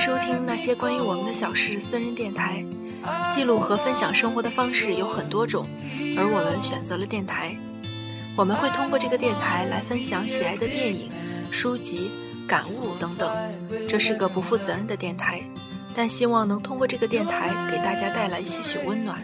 收听那些关于我们的小事私人电台，记录和分享生活的方式有很多种，而我们选择了电台。我们会通过这个电台来分享喜爱的电影、书籍、感悟等等。这是个不负责任的电台，但希望能通过这个电台给大家带来些许温暖。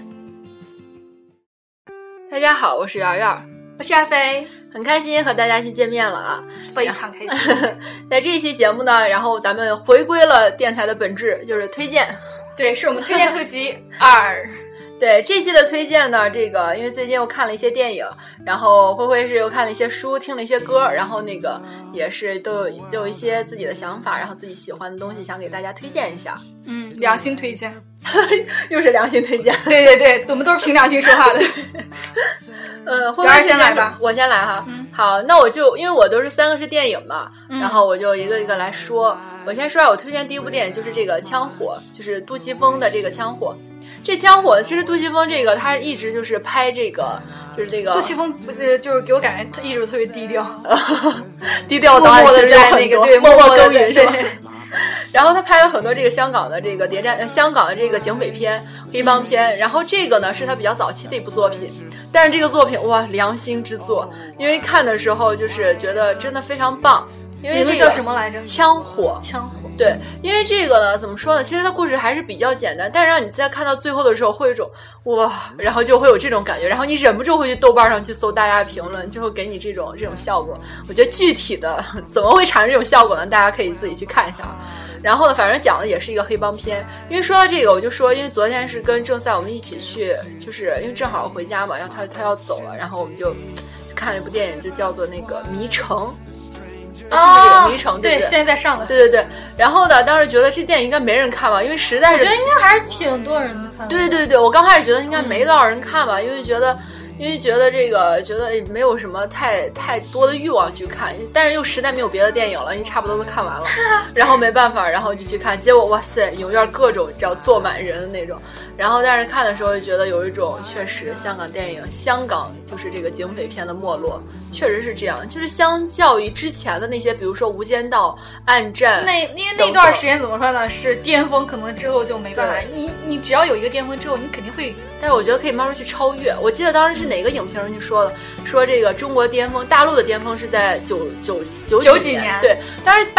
大家好，我是瑶瑶， 我是阿飞， 很开心和大家去见面了啊， 非常开心。 在这一期节目呢，然后咱们回归了电台的本质，就是推荐。 对，是我们推荐特辑2。 对，这期的推荐呢，因为最近又看了一些电影，然后灰灰是又看了一些书，听了一些歌，然后也是都有一些自己的想法，然后自己喜欢的东西想给大家推荐一下。 良心推荐。 又是良心推荐。 对对对，我们都是凭良心说话的。 灰灰先来吧。 我先来哈。好，那我就因为我都是3个是电影嘛，然后我就一个一个来说。我先说我推荐第一部电影就是这个《枪火》，就是杜琪峰的这个《枪火》。这枪火其实杜琪峰这个他一直就是拍这个就是这个杜琪峰不是就是给我感觉他一直特别低调， 低调导演其实有很多默默耕耘是吧？然后他拍了很多这个香港的这个谍战香港的这个警匪片、黑帮片，然后这个呢是他比较早期的一部作品，但是这个作品哇良心之作，因为看的时候就是觉得真的非常棒。因为这个叫什么来着？ 枪火。对，因为这个呢，怎么说呢？其实它故事还是比较简单，但是让你在看到最后的时候，会有一种哇，然后就会有这种感觉，然后你忍不住会去豆瓣上去搜大家评论，就会给你这种效果。我觉得具体的怎么会产生这种效果呢？大家可以自己去看一下。然后呢，反正讲的也是一个黑帮片。因为说到这个，我就说，因为昨天是跟郑赛我们一起去，就是因为正好回家嘛，然后他要走了，然后我们就看了一部电影，就叫做那个《迷城》。迷城，对， 现在在上了。 对。然后呢，当时觉得这电影应该没人看吧，因为实在是我觉得应该还是挺多人的看。 对，我刚开始觉得应该没多少人看吧，因为觉得觉得没有什么太多的欲望去看，但是又实在没有别的电影了，你差不多都看完了，然后没办法，然后就去看，结果哇塞，影院各种只要坐满人的那种。然后但是看的时候就觉得有一种确实香港就是这个警匪片的没落，确实是这样，就是相较于之前的那些，比如说《无间道》、暗战， 因为那段时间怎么说呢，是巅峰，可能之后就没办法。你只要有一个巅峰之后，你肯定会。 但是我觉得可以慢慢去超越。我记得当时是哪个影评人就说了，说这个中国巅峰，大陆的巅峰是在九几年，对，当时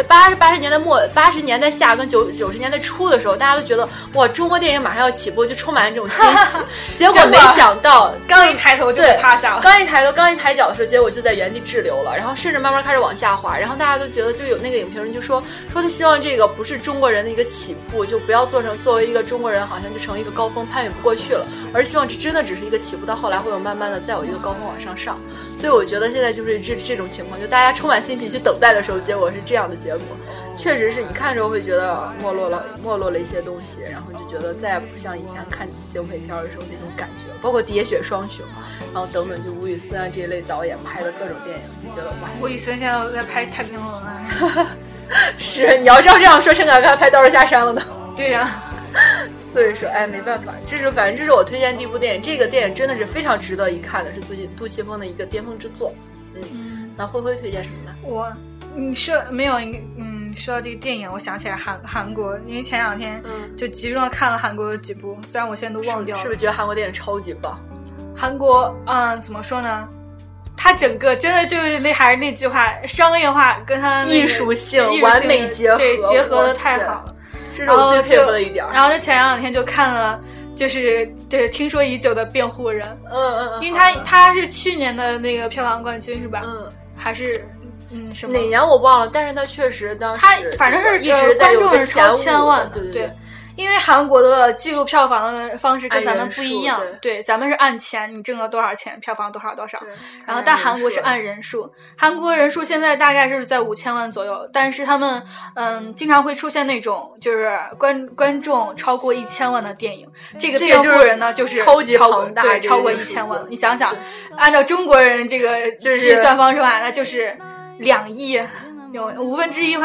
80年代末、80年代下跟90年代初的时候，大家都觉得哇，中国电影马上要起步，就充满了这种欣喜。结果没想到， 刚一抬头就趴下了。 刚一抬脚的时候，结果就在原地滞留了，然后甚至慢慢开始往下滑。然后大家都觉得，就有那个影评人就说他希望这个不是中国人的一个起步，就不要作为一个中国人，好像就成一个高峰攀越不过去了，而希望这真的只是一个起步，到后来会有慢慢的再有一个高峰往上上。所以我觉得现在就是这种情况，就大家充满欣喜去等待的时候，结果是这样的结果。确实是你看的时候会觉得没落了一些东西，然后就觉得再也不像以前看警匪片的时候那种感觉，包括《喋血双雄》，然后等等，就吴宇森啊这一类导演拍的各种电影，就觉得哇， 吴宇森现在都在拍《太平轮》了。 是，你要照这样说，甚至还拍《刀刃下山》了呢。 对呀。 所以说，没办法，反正这是我推荐第一部电影，这个电影真的是非常值得一看的，是杜琪峰的一个巅峰之作。那灰灰推荐什么呢？ 你说没有？说到这个电影，我想起来韩国，因为前2天就集中的看了韩国的几部，虽然我现在都忘掉了。 是不是觉得韩国电影超级棒？ 韩国怎么说呢？它整个真的就是还是那句话，商业化跟它艺术性完美结合， 对，结合的太好了。 这是我最佩服的一点。 然后就前2天就看了，就是对听说已久的《辩护人》。因为他是去年的那个票房冠军是吧？还是什么？ 哪年我忘了，但是他确实当时他反正是一直在有个前 1000万的， 对。 因为韩国的记录票房的方式跟咱们不一样，对，咱们是按钱，你挣了多少钱，票房多少，然后但韩国是按人数，韩国人数现在大概是在5000万左右，但是他们经常会出现那种就是观众超过1000万的电影，这个辩护人呢就是超级庞大， 对，超过1000万，你想想，按照中国人这个计算方式吧，那就是2亿，有1/5话。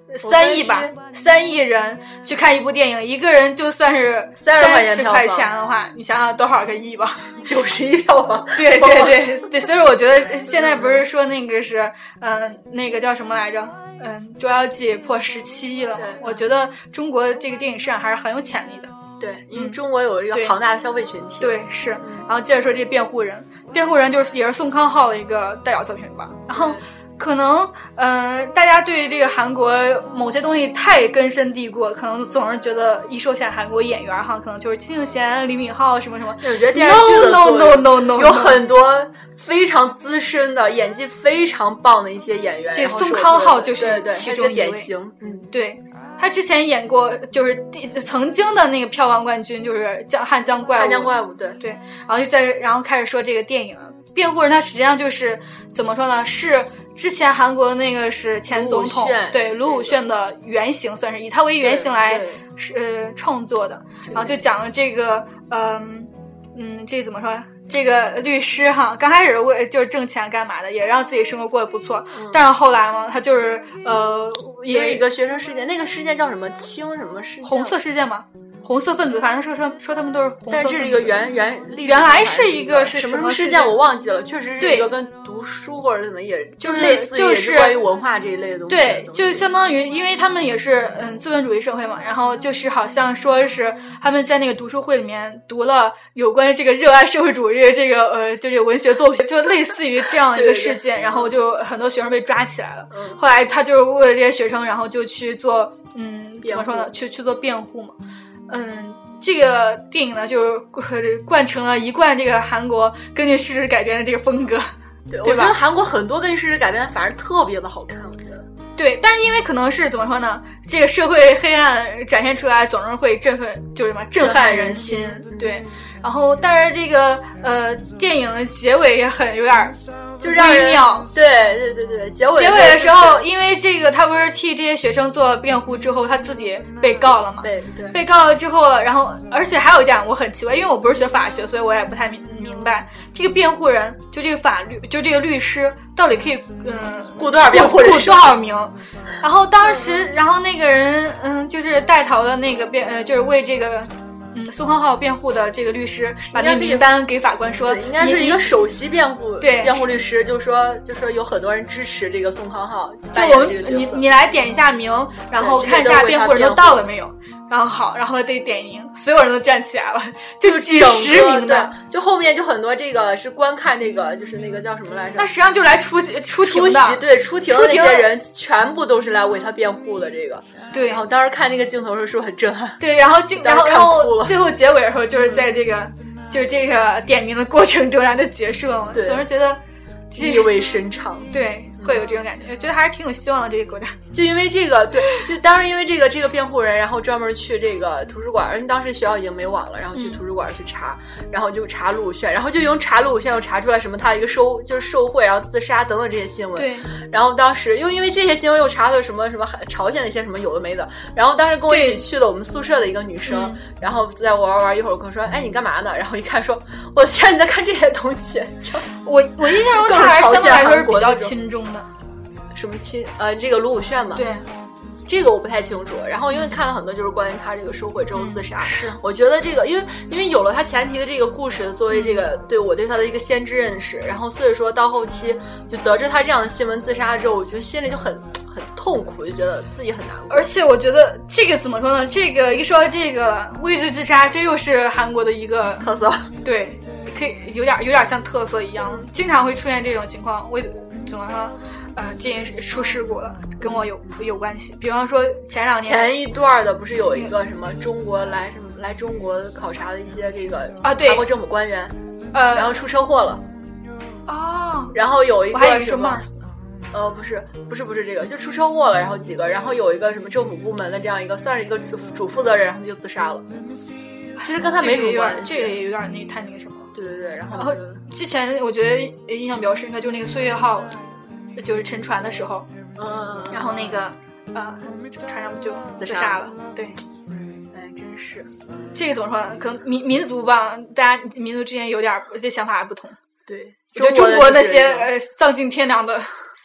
3亿吧，3亿人去看一部电影，一个人就算是30块钱的话，你想想多少个亿吧 ？91票房。 对对对对，所以我觉得现在不是说那个是那个叫什么来着？捉妖记破17亿了。我觉得中国这个电影市场还是很有潜力的。 对，因为中国有一个庞大的消费群体。 对，是。然后接着说这个辩护人，辩护人就是也是宋康昊的一个代表作品吧。然后可能大家对这个韩国某些东西太根深蒂固，可能总是觉得一说起来韩国演员哈，可能就是金敬贤、李敏镐什么什么。 我觉得电视剧的no 有很多非常资深的演技非常棒的一些演员。 这宋康昊就是其中一位典型。 对。他之前演过，就是曾经的那个票房冠军，就是汉江怪物。 汉江怪物，对对。然后开始说这个电影辩护人，他实际上就是怎么说呢？是之前韩国那个是前总统对卢武铉的原型，算是以他为原型来创作的。然后就讲了这个这怎么说？这个律师哈，刚开始就是挣钱干嘛的，也让自己生活过得不错。但是后来嘛，他就是有一个学生事件，那个事件叫什么青什么事件？ 红色事件嘛，红色分子，反正说他们都是红色分子。 但这是一个原来是一个是什么事件我忘记了，确实是一个跟读书或者怎么也就是类似也是关于文化这一类的东西。 对，就相当于因为他们也是资本主义社会嘛，然后就是好像说是他们在那个读书会里面读了有关这个热爱社会主义这个就这个文学作品，就类似于这样一个事件，然后就很多学生被抓起来了。后来他就是为了这些学生，然后就去做怎么说呢？去做辩护嘛。这个电影呢，就是贯成了一贯这个韩国根据事实改编的这个风格。 对，我觉得韩国很多根据事实改编反而特别的好看，我觉得。 对，但是因为可能是怎么说呢？这个社会黑暗展现出来，总是会振撼人心。对，然后但是这个电影的结尾也很有点就让人对，结尾的时候，因为这个他不是替这些学生做辩护之后，他自己被告了嘛？ 对， 被告了之后，然后而且还有一点我很奇怪，因为我不是学法学，所以我也不太明白这个辩护人，就这个法律，就这个律师到底可以雇多少辩护人， 雇多少名？然后当时，然后那个人就是带头的那个就是为这个。宋康昊辩护的这个律师把那名单给法官说， 应该是一个首席辩护律师，就说有很多人支持这个宋康昊， 就我们你来点一下名，然后看一下辩护人都到了没有，然后好，然后得点名，所有人都站起来了，就几十名的， 就后面就很多这个是观看这个就是那个叫什么来着？ 那实际上就来出庭的， 出庭的那些人全部都是来为他辩护的这个。 对， 然后当时看那个镜头的时候是不是很震撼？ 对，然后最后结尾的时候就是在这个就是这个点名的过程中，然后就结束了嘛。 对， 总是觉得意味深长。 对，会有这种感觉，觉得还是挺有希望的这个国家。 就因为这个，对，就当时因为这个辩护人，然后专门去这个图书馆，因为当时学校已经没网了，然后去图书馆去查，然后就查卢武铉，然后就用查卢武铉又查出来什么他一个受贿，然后自杀等等这些新闻。 对。 然后当时因为这些新闻又查到什么朝鲜的一些什么有的没的，然后当时跟我一起去的我们宿舍的一个女生，然后在我玩一会儿，我跟我说，哎，你干嘛呢？然后一看说，我的天，你在看这些东西。 我印象中他还相对来说是比较亲中的。 什么这个卢武铉嘛， 对， 这个我不太清楚。然后因为看了很多就是关于他这个受贿之后自杀，我觉得这个因为有了他前提的这个故事作为这个我对他的一个先知认识，然后所以说到后期就得知他这样的新闻自杀之后，我觉得心里就很痛苦，就觉得自己很难过。 而且我觉得这个怎么说呢？这个一说这个畏罪自杀，这又是韩国的一个特色， 对，可以有点像特色一样，经常会出现这种情况。怎么说？这件事出事故了，跟我有关系。比方说前一段的不是有一个什么中国来中国考察的一些这个对韩国政府官员，然后出车祸了。 哦， 然后有一个什么？ 不是这个，就出车祸了，然后几个，然后有一个什么政府部门的这样一个算是一个主负责人，然后就自杀了。其实跟他没什么关系， 这个也有点太那个什么。 对，然后之前我觉得印象比较深刻，就是那个岁月号。就是沉船的时候，然后那个船上就自杀了。对， 哎，真是这个怎么说呢？可能民族吧，大家民族之间有点这想法还不同。 对， 我觉得中国那些丧尽天良的，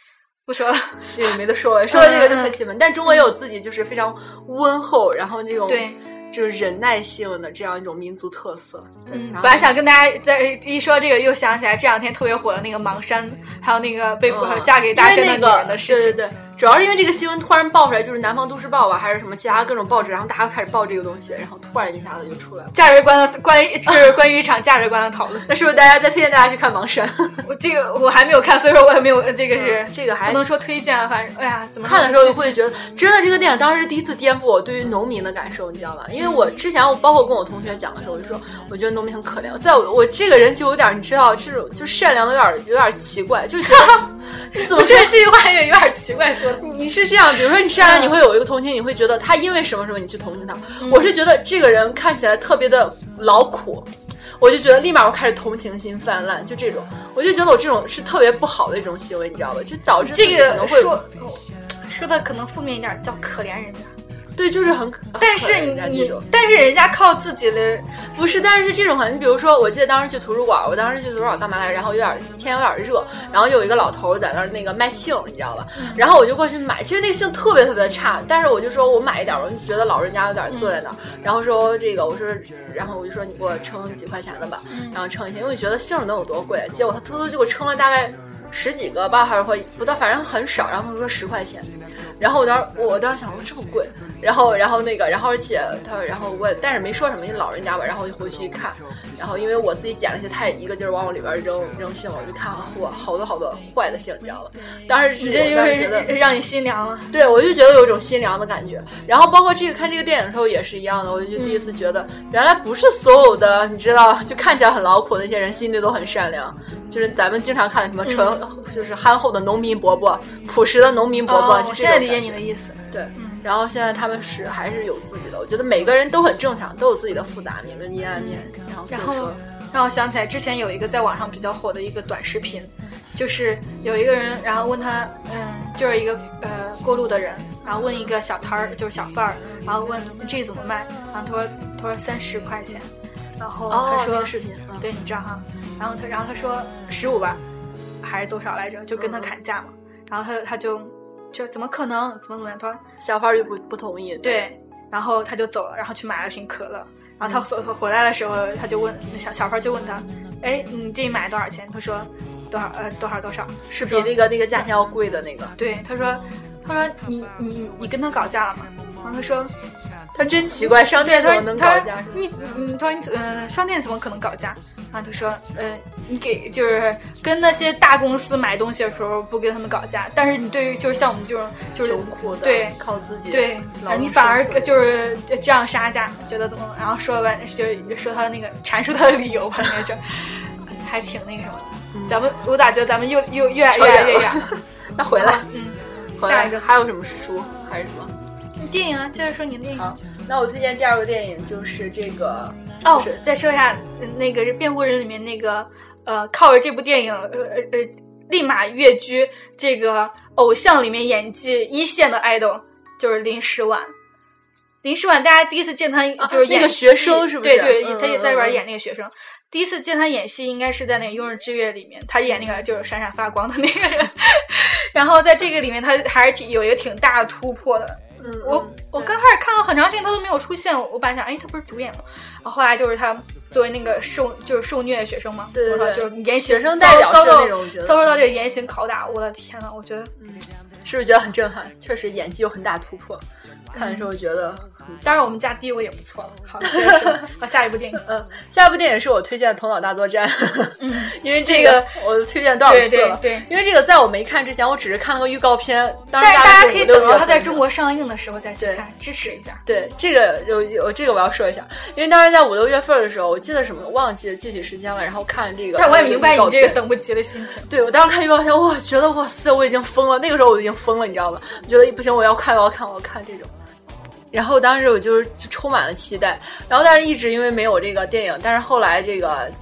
不说了， 这个没得说了，说到这个就很气愤。但中国也有自己就是非常温厚，然后这种对。 就是忍耐性的这样一种民族特色。 本来想跟大家在一说这个，又想起来这两天特别火的那个芒山，还有那个被嫁给大山的女人的事情。 对，主要是因为这个新闻突然爆出来，就是南方都市报吧，还是什么其他各种报纸，然后大家开始报这个东西，然后突然一下子就出来了。 价值观的关于一场价值观的讨论。 那是不是大家再推荐大家去看芒山？ 我还没有看，所以说我也没有这个是这个还不能说推荐，反正哎呀，怎么看的时候就会觉得，真的这个电影当时第一次颠覆我对于农民的感受，你知道吗？因为我之前我包括跟我同学讲的时候，我就说我觉得农民很可怜。在我这个人就有点，你知道，这种就善良的有点奇怪，就觉得你怎么是这句话也有点奇怪说的。 你是这样，比如说你善良，你会有一个同情，你会觉得他因为什么什么你去同情他。我是觉得这个人看起来特别的劳苦。我就觉得立马我开始同情心泛滥，就这种，我就觉得我这种是特别不好的一种行为，你知道吧？就导致这个可能会说的可能负面一点，叫可怜人家。 对，就是很， 但是但是人家靠自己的， 不是，但是这种你比如说，我记得当时去图书馆，我当时去图书馆干嘛来着？然后天有点热，然后有一个老头在那儿那个卖杏，你知道吧？然后我就过去买，其实那个杏特别特别的差，但是我就说我买一点，我就觉得老人家有点坐在那儿，然后说这个，我说，然后我就说你给我称几块钱的吧，然后称一下，因为我觉得杏能有多贵，结果他偷偷就给我称了大概10几个吧，还是会不到，反正很少，然后他说10块钱。然后我当时想说这么贵，然后而且然后我但是没说什么，因为老人家吧，然后我就回去一看，然后因为我自己捡了一些一个劲儿往我里边扔杏了，我就看哇，好多坏的杏，你知道吧？当时这就是觉得让你心凉了。 对，我就觉得有一种心凉的感觉。然后包括看这个电影的时候也是一样的，我就第一次觉得原来不是所有的你知道就看起来很劳苦的那些人心里都很善良。就是咱们经常看的什么就是憨厚的农民伯伯，朴实的农民伯伯。 我现在理解你的意思。 对，然后现在他们还是有自己的，我觉得每个人都很正常，都有自己的复杂面跟阴暗面。然后让我想起来之前有一个在网上比较火的一个短视频，就是有一个人，然后问他，就是一个过路的人，然后问一个小摊儿，就是小贩儿，然后问这怎么卖，然后他说30块钱。然后他说、 视频， 对，你知道哈，然后他说15吧，还是多少来着？就跟他砍价嘛。然后他就怎么可能？怎么样？他说小贩就不同意。 对，然后他就走了，然后去买了瓶可乐。然后他回来的时候，他就问小贩就问他，哎，你这买多少钱？他说多少？ 是比那个价钱要贵的那个。 对，他说你跟他搞价了吗？然后他说。 他真奇怪，商店怎么能搞价？ 他说你商店怎么可能搞价？然后他说你就是跟那些大公司买东西的时候不跟他们搞价，但是你对于就是像我们这种就是穷苦的， 对， 靠自己， 对，你反而就是这样杀价，觉得怎么？然后说完就说他那个阐述他的理由吧，那就还挺那个什么的。我咋觉得咱们又越来越远了？ 那回来， 下一个还有什么书还是什么？ 电影啊，接着说你的电影。 好，那我推荐第2个电影就是这个再说一下那个是《辩护人》里面那个靠着这部电影立马跃居这个偶像里面演技1线的 idol， 就是林诗婉。林诗婉大家第一次见他就是演那个学生是不是？ 对，他也在这边演那个学生。第一次见他演戏应该是在那个《庸人之月》里面，他演那个就是闪闪发光的那个人。然后在这个里面他还是有一个挺大的突破的。我刚开始看了很长时间他都没有出现，我本来想他不是主演吗？然后后来就是他作为那个受虐的学生嘛， 对， 就是严学生代表是那种遭受到这个严刑拷打，我的天呐，我觉得是不是觉得很震撼？确实演技有很大突破，看的时候觉得当然我们家地位也不错了。好，接着说好下一部电影。 下一部电影是我推荐的《头脑大作战》。因为这个我推荐多少次了？ 对， 因为这个在我没看之前，我只是看了个预告片。但是大家可以等到它在中国上映的时候再去看，支持一下。 对，这个这个我要说一下，因为当时在5、6月份的时候，我记得什么忘记了具体时间了，然后看这个。 但我也明白你这个等不及的心情。 对，我当时看预告片，我觉得哇塞，我已经疯了。那个时候我已经疯了，你知道吗？我觉得不行，我要看这种。然后当时我就充满了期待，然后但是一直因为没有这个电影，但是后来这个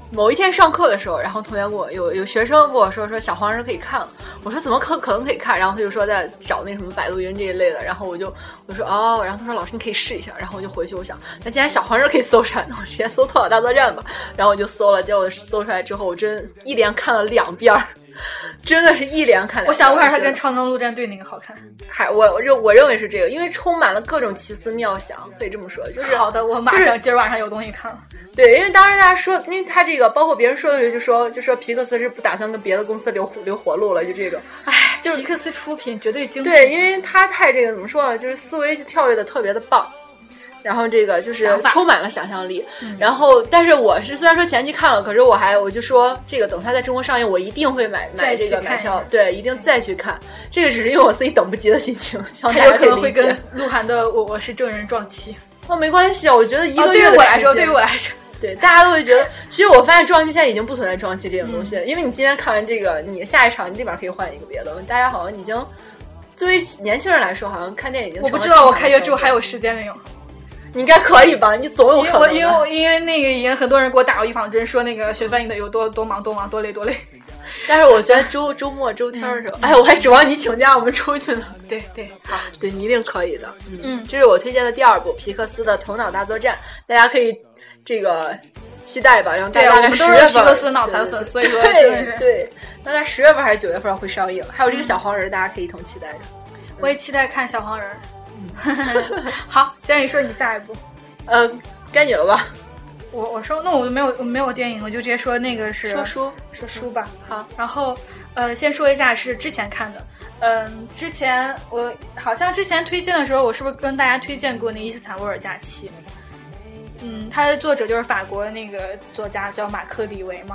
某一天上课的时候，然后同学跟我有学生跟我说小黄人可以看了，我说怎么可能可以看？然后他就说在找那什么百度云这一类的，然后我说哦，然后他说老师你可以试一下，然后我就回去我想，那既然小黄人可以搜出来，那我直接搜《头脑大作战》吧，然后我就搜了，结果搜出来之后，我真一连看了2遍。真的是一连看2遍。 我想问下，它跟《超能陆战队》那个好看？ 我认为是这个，因为充满了各种奇思妙想，可以这么说。就是好的，我马上今儿晚上有东西看了。 对，因为当时大家说，因为他这个包括别人说的时候就说皮克斯是不打算跟别的公司留活路了，就这个。 哎，就是皮克斯出品绝对精品。 对，因为他太这个怎么说呢，就是思维跳跃的特别的棒。然后这个就是充满了想象力，然后但是我是虽然说前期看了，可是我就说这个等它在中国上映，我一定会买这个买票，对，一定再去看。这个只是因为我自己等不及的心情， 它有可能会跟鹿晗的我是证人撞期。 没关系啊，我觉得一个月的时间， 对于我来说， 对大家都会觉得，其实我发现撞期现在已经不存在撞期这种东西，因为你今天看完这个，你下一场你立马可以换一个别的，大家好像已经作为年轻人来说，好像看电影已经我不知道我开学之后还有时间没有。 你应该可以吧？你总有可能。 因为那个已经很多人给我打过预防针，说那个学翻译的有多忙多累。 但是我觉得周末周天的时候，哎，我还指望你请假，我们出去呢。 对，好， 对你一定可以的。这是我推荐的第2部皮克斯的《头脑大作战》，大家可以这个期待吧。然后大概10月份， 皮克斯脑残粉，所以说真的是对。大概10月份还是9月份会上映，还有这个小黄人，大家可以一同期待着。 我也期待看小黄人。好，既然你说你下一步， 该你了吧？ 我说，那我就没有电影，我就直接说那个是说书吧。 好， 然后先说一下是之前看的，之前我好像之前推荐的时候，我是不是跟大家推荐过那伊斯坦布尔假期？他的作者就是法国那个作家叫马克·李维嘛。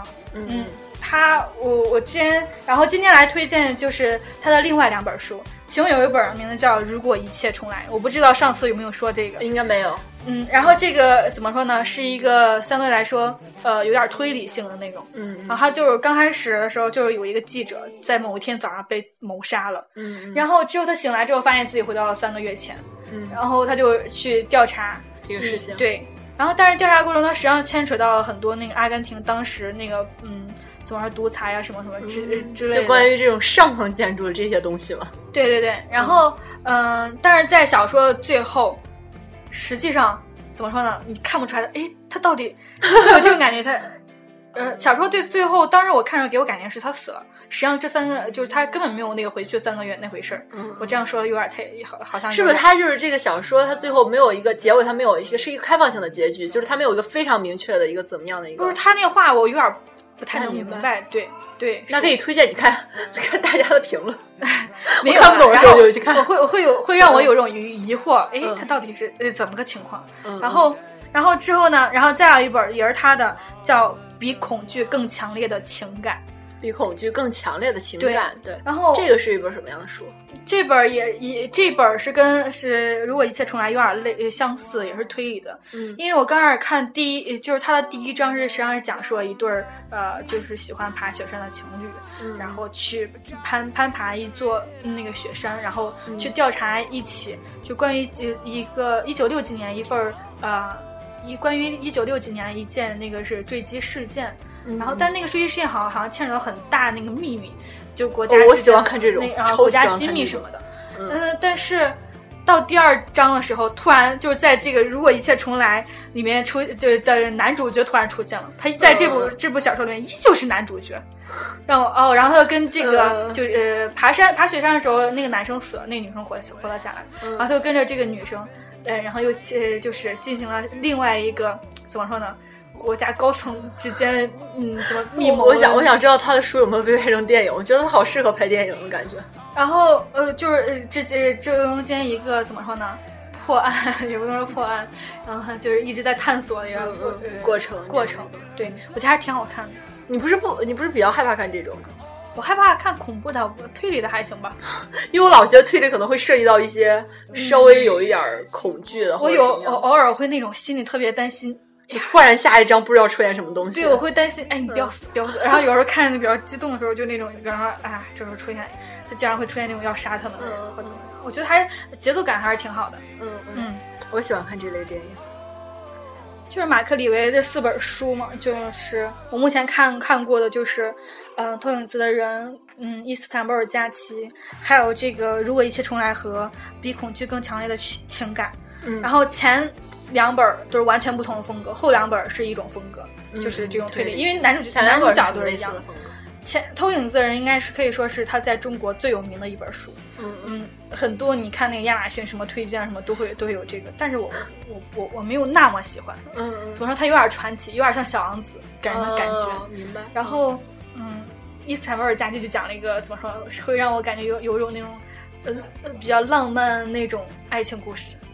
然后今天来推荐就是他的另外2本书，其中有一本名字叫《如果一切重来》，我不知道上次有没有说这个， 应该没有。 然后这个怎么说呢，是一个相对来说有点推理性的那种。然后他就是刚开始的时候就是有一个记者在某一天早上被谋杀了，然后之后他醒来之后发现自己回到了3个月前，然后他就去调查这个事情。 对，然后但是调查过程中实际上牵扯到了很多那个阿根廷当时那个怎么说独裁啊什么之类的， 就关于这种上层建筑的这些东西嘛。 对，然后但是在小说最后，实际上怎么说呢？你看不出来，他到底，我就感觉他，小说最后，当时我看着给我感觉是他死了，实际上这3个就是他根本没有那个回去3个月那回事儿。我这样说有点太好像是不是他就是这个小说，他最后没有一个结尾，他没有一个是一个开放性的结局，就是他没有一个非常明确的一个怎么样的一个。 不是他那话我有点不太能明白，对， 那可以推荐你看大家的评论。 没有看不懂的时候就去看。 我会让我有种疑惑，他到底是怎么个情况？然后之后呢，然后再有一本也是他的，叫《比恐惧更强烈的情感》。 比恐惧更强烈的情感，对。 然后这个是一本什么样的书？ 这本这本是如果一切重来有点相似，也是推理的。因为我刚开始看就是它的第1章实际上是讲述了一对就是喜欢爬雪山的情侣，然后去攀爬一座那个雪山，然后去调查一起就关于一个1960几年一份关于1960几年一件那个是坠机事件。然后但那个坠机事件好像牵扯到很大那个秘密，就国家我喜欢看这种然后国家机密什么的。但是到第2章的时候，突然就是在这个如果一切重来里面就是的男主角突然出现了，他在这部小说里面依旧是男主角。然后他就跟这个爬雪山的时候，那个男生死了，那个女生活了下来，然后他就跟着这个女生，然后又就是进行了另外一个怎么说呢？国家高层之间，什么密谋？ 我想知道他的书有没有被拍成电影？我觉得他好适合拍电影的感觉。 然后就是这中间一个怎么说呢？破案也不能说破案，然后就是一直在探索一个过程。 对，我觉得还是挺好看的。 你不是比较害怕看这种？ 我害怕看恐怖的，推理的还行吧。 因为我老觉得推理可能会涉及到一些稍微有一点恐惧的。 我偶尔会那种心里特别担心。 就突然下一章不知道出现什么东西。 对，我会担心，你不要死，不要死。然后有时候看比较激动的时候，就那种，比方说，这时候出现，他竟然会出现那种要杀他们的人，或怎么样。我觉得节奏感还是挺好的。 我喜欢看这类电影。 就是马克·李维这4本书嘛，就是我目前看过的就是偷影子的人，伊斯坦布尔假期，还有这个如果一切重来和比恐惧更强烈的情感。然后前2本都是完全不同的风格，后2本是一种风格，就是这种推理，因为男主角都是一样的。偷影子的人应该是可以说是他在中国最有名的一本书。很多你看那个亚马逊什么推荐什么都会有这个，但是我没有那么喜欢。怎么说，它有点传奇，有点像小王子给人的感觉。 明白。 然后伊斯坦布尔假期就讲了一个怎么说，会让我感觉有种那种比较浪漫那种爱情故事。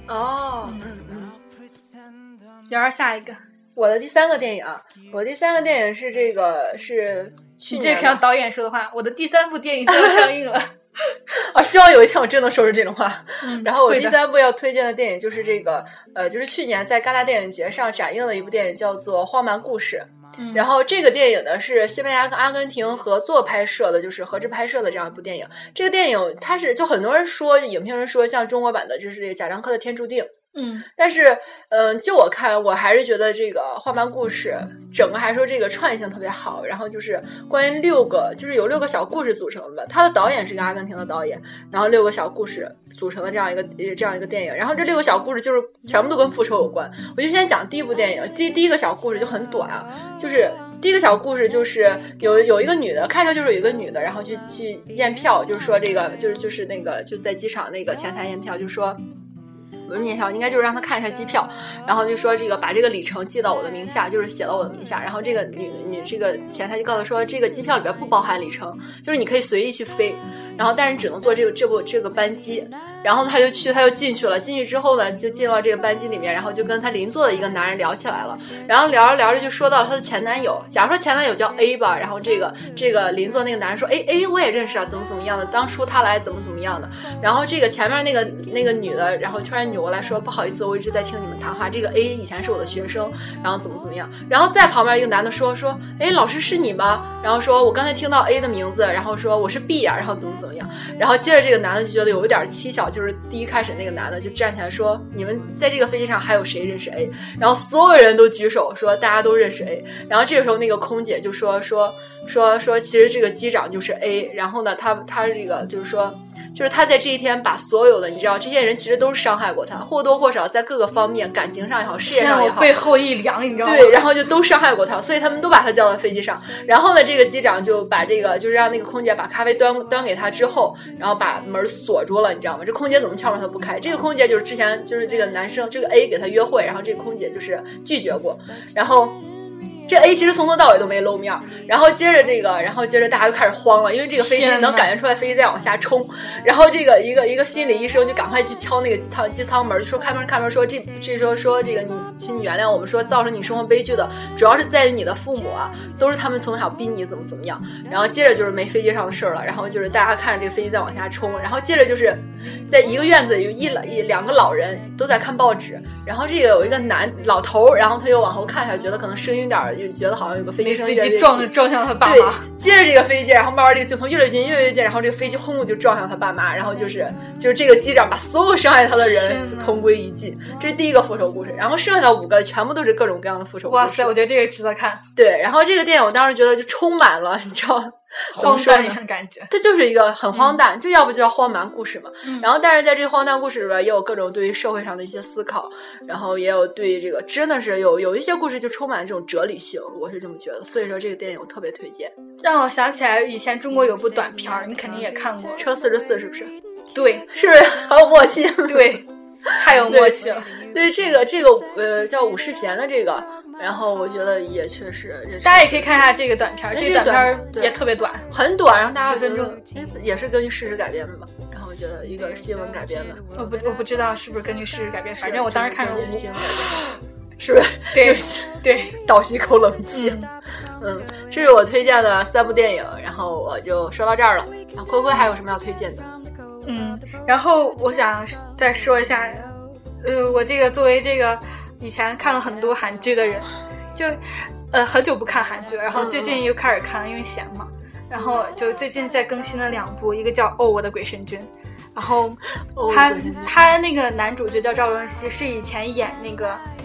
然而下一个， 我的第3个电影是这个是去年。 这个像导演说的话，我的第3部电影就要上映了。 希望有一天我真能说出这种话。然后我第3部要推荐的电影就是这个就是去年在戛纳电影节上展映的一部电影，叫做《荒蛮故事》。然后这个电影呢是西班牙跟阿根廷合作拍摄的，就是合制拍摄的这样一部电影。这个电影它是就很多人说，影评人说像中国版的就是这个贾樟柯的《天注定》。但是就我看，我还是觉得这个《荒蛮故事》整个还说这个创意性特别好，然后就是关于就是有6个小故事组成的，他的导演是个阿根廷的导演，然后6个小故事组成的这样一个电影，然后这6个小故事就是全部都跟复仇有关。我就先讲第一部电影，第一个小故事就很短啊，就是第一个小故事就是有一个女的，开头就是有一个女的，然后去验票，就是说这个就是那个就在机场那个前台验票，就说不是验票，应该就是让他看一下机票，然后就说这个把这个里程寄到我的名下，就是写到我的名下，然后这个女这个前台就告诉说这个机票里边不包含里程，就是你可以随意去飞，然后但是你只能坐这个班机。然后他就进去了，进去之后呢就进到这个班机里面，然后就跟他邻座的一个男人聊起来了，然后聊着聊着就说到了他的前男友，假如说前男友叫 A 吧，然后这个邻座那个男人说A 我也认识啊，怎么样的，当初他来怎么样的，然后这个前面那个女的然后突然扭过来说不好意思，我一直在听你们谈话，这个 A 以前是我的学生，然后怎么样，然后在旁边一个男的说老师是你吗，然后说我刚才听到 A 的名字，然后说我是 B 啊，然后怎么样，然后接着这个男的就觉得有一点蹊跷，就是第一开始那个男的就站起来说你们在这个飞机上还有谁认识 A， 然后所有人都举手说大家都认识 A， 然后这个时候那个空姐就说其实这个机长就是 A， 然后呢他这个就是他在这一天把所有的你知道这些人其实都伤害过他，或多或少在各个方面感情上也好事业上也好， 背后一凉你知道吗？ 对，然后就都伤害过他，所以他们都把他叫到飞机上，然后呢这个机长就把这个就是让那个空姐把咖啡端给他之后，然后把门锁住了，你知道吗？这空姐怎么敲门他不开，这个空姐就是之前就是这个男生这个 A 给他约会，然后这个空姐就是拒绝过，然后这 A 其实从头到尾都没露面，然后接着大家就开始慌了，因为这个飞机能感觉出来飞机在往下冲，然后这个一个心理医生就赶快去敲那个机舱门，就说开门说这说这个你请你原谅我们，说造成你生活悲剧的主要是在于你的父母啊，都是他们从小逼你怎么样，然后接着就是没飞机上的事了，然后就是大家看着这个飞机在往下冲，然后接着就是在一个院子有两个老人都在看报纸，然后这个有一个老头，然后他又往后看一下，觉得可能声音点就觉得好像有个飞机撞向他爸妈， 对，接着这个飞机，然后慢慢这个镜头越来越近，然后这个飞机轰就撞向他爸妈，然后就是这个机长把所有伤害他的人同归于尽，这是第一个复仇故事，然后剩下的5个全部都是各种各样的复仇故事。 哇塞，我觉得这个值得看。 对，然后这个电影我当时觉得就充满了你知道荒诞的感觉， 这就是一个很荒诞，就要不就叫荒蛮故事嘛。然后但是在这个荒诞故事里边也有各种对于社会上的一些思考，然后也有对这个真的是有一些故事就充满这种哲理性，我是这么觉得，所以说这个电影我特别推荐。 让我想起来以前中国有部短片你肯定也看过， 车44是不是？ 对， 是不是很有默契？ 对，太有默契了。 对这个叫武世贤的这个，然后我觉得也确实， 大家也可以看一下这个短片，这个短片也特别短， 很短，然后大家几分钟，也是根据事实改编的吧。然后我觉得一个新闻改编的， 我不知道是不是根据事实改编，反正我当时看着新闻改编。是不是？对，倒吸口冷气。这是我推荐的3部电影，然后我就说到这儿了。然后灰灰还有什么要推荐的？ 然后我想再说一下，我这个作为这个以前看了很多韩剧的人，就很久不看韩剧了，然后最近又开始看，因为闲嘛。然后就最近在更新了2部，一个叫《我的鬼神君》，然后他那个男主角叫赵文熙，是以前演那个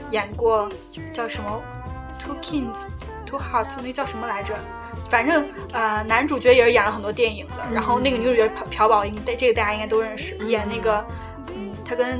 演过叫什么 Two Kings Two Hearts 那叫什么来着，反正男主角也是演了很多电影的，然后那个女主角朴宝英，这个大家应该都认识，演那个她跟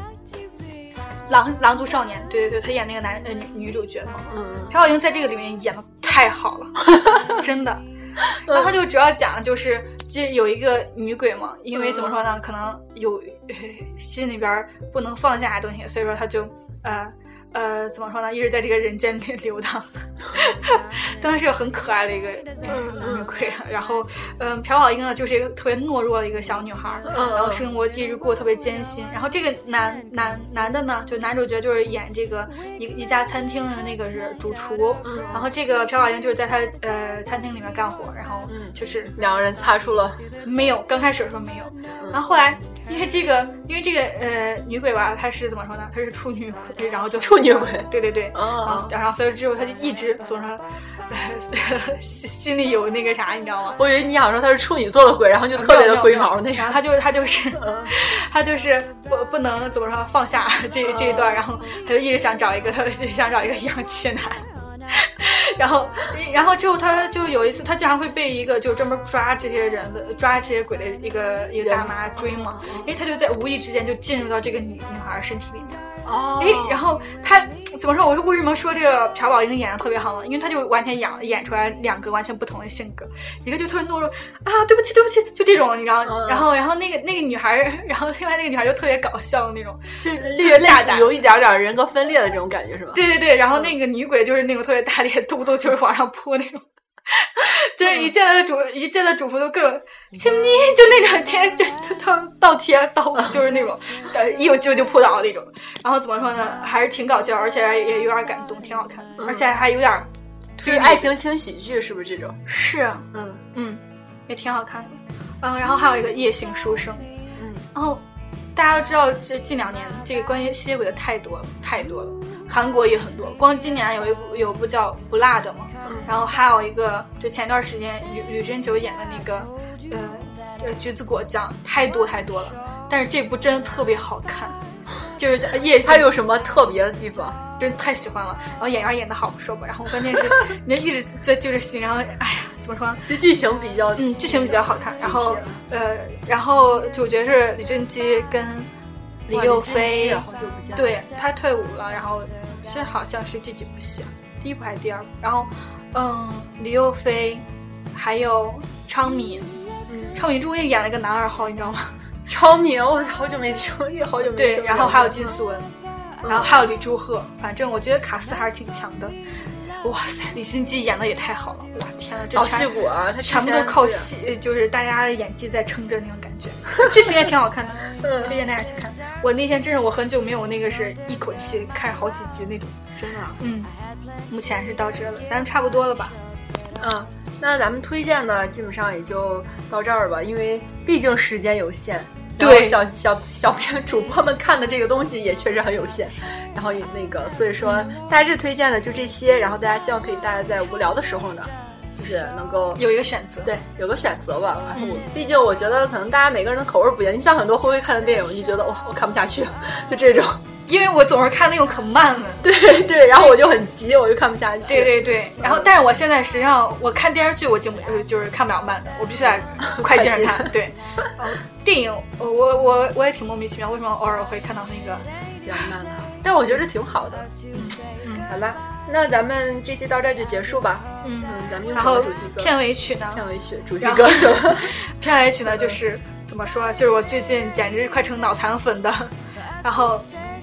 狼族少年，对，她演那个女主角嘛。朴宝英在这个里面演的太好了，真的。然后他就主要讲的就是这有一个女鬼嘛，因为怎么说呢，可能有心里边不能放下的东西，所以说他就怎么说呢，一直在这个人间里流淌。当然是个很可爱的一个女鬼。然后朴宝英呢就是一个特别懦弱的一个小女孩，然后生活一直过得特别艰辛。然后这个男的呢，就男主角就是演这个一家餐厅的那个是主厨，然后这个朴宝英就是在他餐厅里面干活，然后就是两个人擦出了没有，刚开始的时候没有，然后后来因为这个女鬼吧，她是怎么说呢？她是处女，然后就处女鬼， 对，然后所以之后她就一直怎么说，心里有那个啥，你知道吗？ 我以为你想说她是处女座的鬼，然后就特别的龟毛那样。 然后她就是不能怎么说放下这一段，然后她就一直想找一个养气男。然后之后他就有一次，他经常会被一个就专门抓这些鬼的一个大妈追嘛，他就在无意之间就进入到这个女孩身体里面。然后他怎么说？我说为什么说这个朴宝英演的特别好呢？因为他就完全演出来两个完全不同的性格，一个就特别懦弱啊，对不起，就这种，你知道？然后那个女孩，然后另外那个女孩就特别搞笑的那种， 就略大胆，有一点人格分裂的这种感觉是吧？ 对，然后那个女鬼就是那种特别大咧，动不动就是往上扑那种。就是一见到主仆都各种亲你，就那种天就他倒贴倒就是那种一有就扑倒那种。然后怎么说呢，还是挺搞笑，而且也有点感动，挺好看的，而且还有点就是爱情轻喜剧，是不是这种？ 是，也挺好看的。然后还有一个夜行书生，然后大家都知道这近2年这个关于吸血鬼的太多了，韩国也很多，光今年有部叫《Blood》嘛，然后还有一个就前段时间吕珍九演的那个橘子果酱，太多了，但是这部真的特别好看，就是夜行。 它有什么特别的地方？ 真太喜欢了，然后演员演的好不说吧，然后关键是你一直在揪着心，然后哎呀怎么说？ 就剧情比较好看，然后主角是李贞基跟李幼菲，对，他退伍了，然后现在好像是第几部戏啊？第1部还是第2部？然后李幼菲还有昌珉，昌珉终于演了一个男2号，你知道吗？ 昌珉我好久没听，好久没听。 对，然后还有金素文。然后还有李柱赫，反正我觉得卡斯还是挺强的。哇塞，李贞基演的也太好了！哇天哪，这老戏骨啊，他全部都靠戏，就是大家的演技在撑着那种感觉。剧情也挺好看的，推荐大家去看。我那天真是我很久没有那个是一口气看好几集那种， 真的。 目前是到这了，咱差不多了吧？ 那咱们推荐呢，基本上也就到这儿吧，因为毕竟时间有限。 对， 小编主播们看的这个东西也确实很有限，然后所以说大致推荐的就这些，然后大家希望可以大家在无聊的时候呢，就是能够有一个选择， 对，有个选择吧。然后毕竟我觉得可能大家每个人的口味不一样，你像很多会看的电影，你觉得哇我看不下去，就这种。 因为我总是看那种可慢了， 对，然后我就很急，我就看不下去。 对，然后但是我现在实际上我看电视剧我就是看不了慢的，我必须得快进看。对，电影我也挺莫名其妙，为什么偶尔会看到那个比较慢的？但是我觉得挺好的。好了，那咱们这期到这就结束吧。咱们用什么主题歌？ 片尾曲呢？ 主题歌去了。 片尾曲呢，就是怎么说？就是我最近简直快成脑残粉的。然后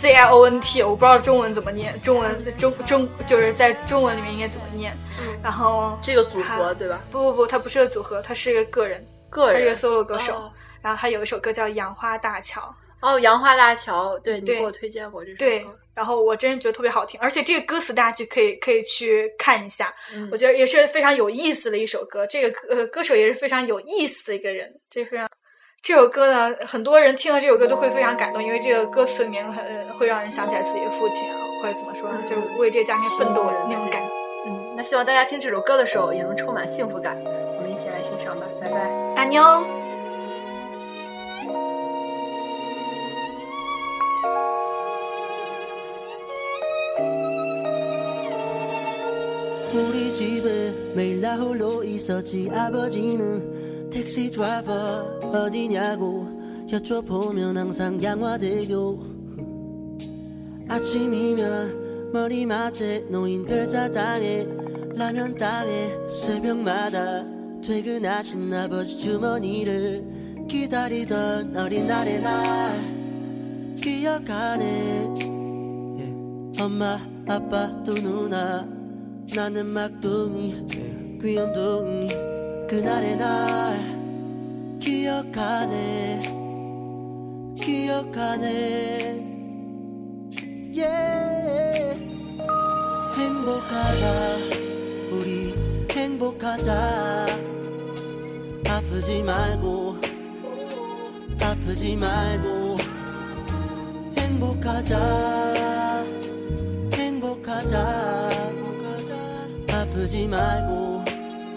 ZIONT 我不知道中文怎么念，中就是在中文里面应该怎么念。然后这个组合对吧？ 不，它不是个组合，它是一个个人，他是一个 solo 歌手。然后他有一首歌叫《杨花大桥》。 杨花大桥，对，你给我推荐过这首歌。 对，然后我真的觉得特别好听，而且这个歌词大家可以去看一下。我觉得也是非常有意思的一首歌。这个歌手也是非常有意思的一个人，这首歌呢，很多人听了这首歌都会非常感动，因为这个歌词里面会让人想起来自己的父亲啊，或者怎么说呢，就是为这个家庭奋斗的那种感觉。 那希望大家听这首歌的时候也能充满幸福感。我们一起来欣赏吧，拜拜。 安妞。 매일 나 홀로 있었지. 아버지는 택시 드라이버 어디냐고 여쭤보면 항상 양화대교. 아침이면 머리맡에 놓인 별사탕에 라면 땅에 새벽마다 퇴근하신 아버지 주머니를 기다리던 어린 날의 날 기억하네. 엄마 아빠 두 누나 나는 막둥이 귀염둥이 그날의 날 기억하네 기억하네. yeah. 행복하자 우리 행복하자. 아프지 말고 아프지 말고 행복하자 행복하자. 아프지 말고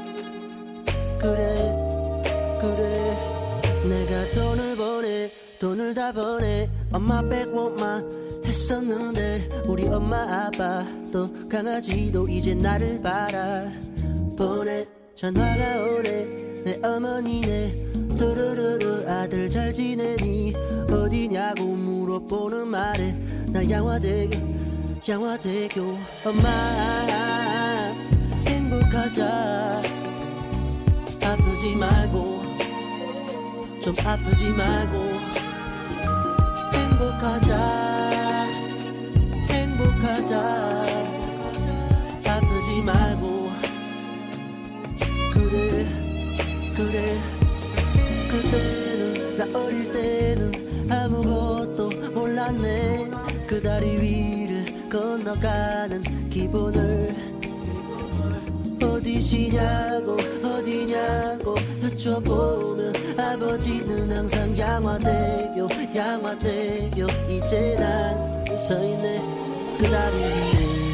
그래 그래. 내가 돈을 보내 돈을 다 보내 엄마 빼고만 했었는데 우리 엄마 아빠도 강아지도 이제 나를 바라보내. 전화가 오네 내 어머니네. 두루루루 아들 잘 지내니 어디냐고 물어보는 말에 나 양화대교 양화대교. 엄마 행복하자 아프지 말고 좀 아프지 말고 행복하자 행복하자. 아프지 말고 그래 그래. 그때는 나 어릴 때는 아무것도 몰랐네. 그 다리 위를 건너가는 기분을. 어디시냐고 어디냐고 여쭤보면 아버지는 항상 양화대교 양화대교. 이제 난 서있네 그 다리 위에.